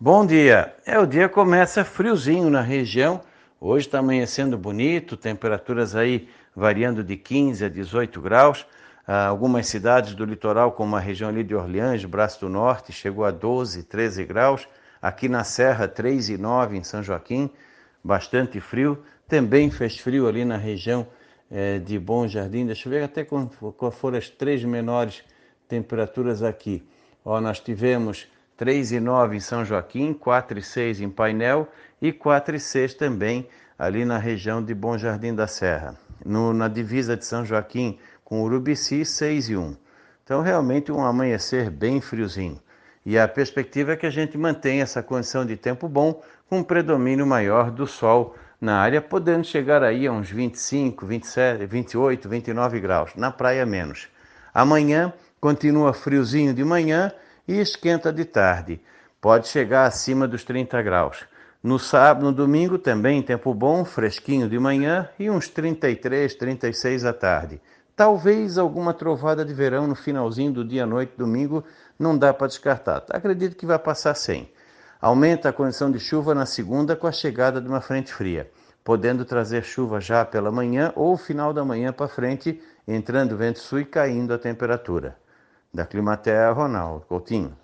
Bom dia! O dia começa friozinho na região. Hoje está amanhecendo bonito, temperaturas aí variando de 15 a 18 graus. Algumas cidades do litoral, como a região ali de Orleans, Braço do Norte, chegou a 12, 13 graus. Aqui na Serra, 3,9 em São Joaquim, bastante frio. Também fez frio ali na região de Bom Jardim. Deixa eu ver até qual foram as três menores temperaturas aqui. Nós tivemos 3,9 em São Joaquim, 4,6 em Painel e 4,6 também ali na região de Bom Jardim da Serra. Na divisa de São Joaquim com Urubici, 6,1. Então realmente um amanhecer bem friozinho. E a perspectiva é que a gente mantenha essa condição de tempo bom com um predomínio maior do sol na área, podendo chegar aí a uns 25, 27, 28, 29 graus, na praia menos. Amanhã continua friozinho de manhã e esquenta de tarde. Pode chegar acima dos 30 graus. No sábado, no domingo também tempo bom, fresquinho de manhã e uns 33, 36 à tarde. Talvez alguma trovada de verão no finalzinho do dia à noite, domingo, não dá para descartar. Acredito que vai passar sem. Aumenta a condição de chuva na segunda com a chegada de uma frente fria, podendo trazer chuva já pela manhã ou final da manhã para frente, entrando vento sul e caindo a temperatura. Da Climatea, Ronaldo Coutinho.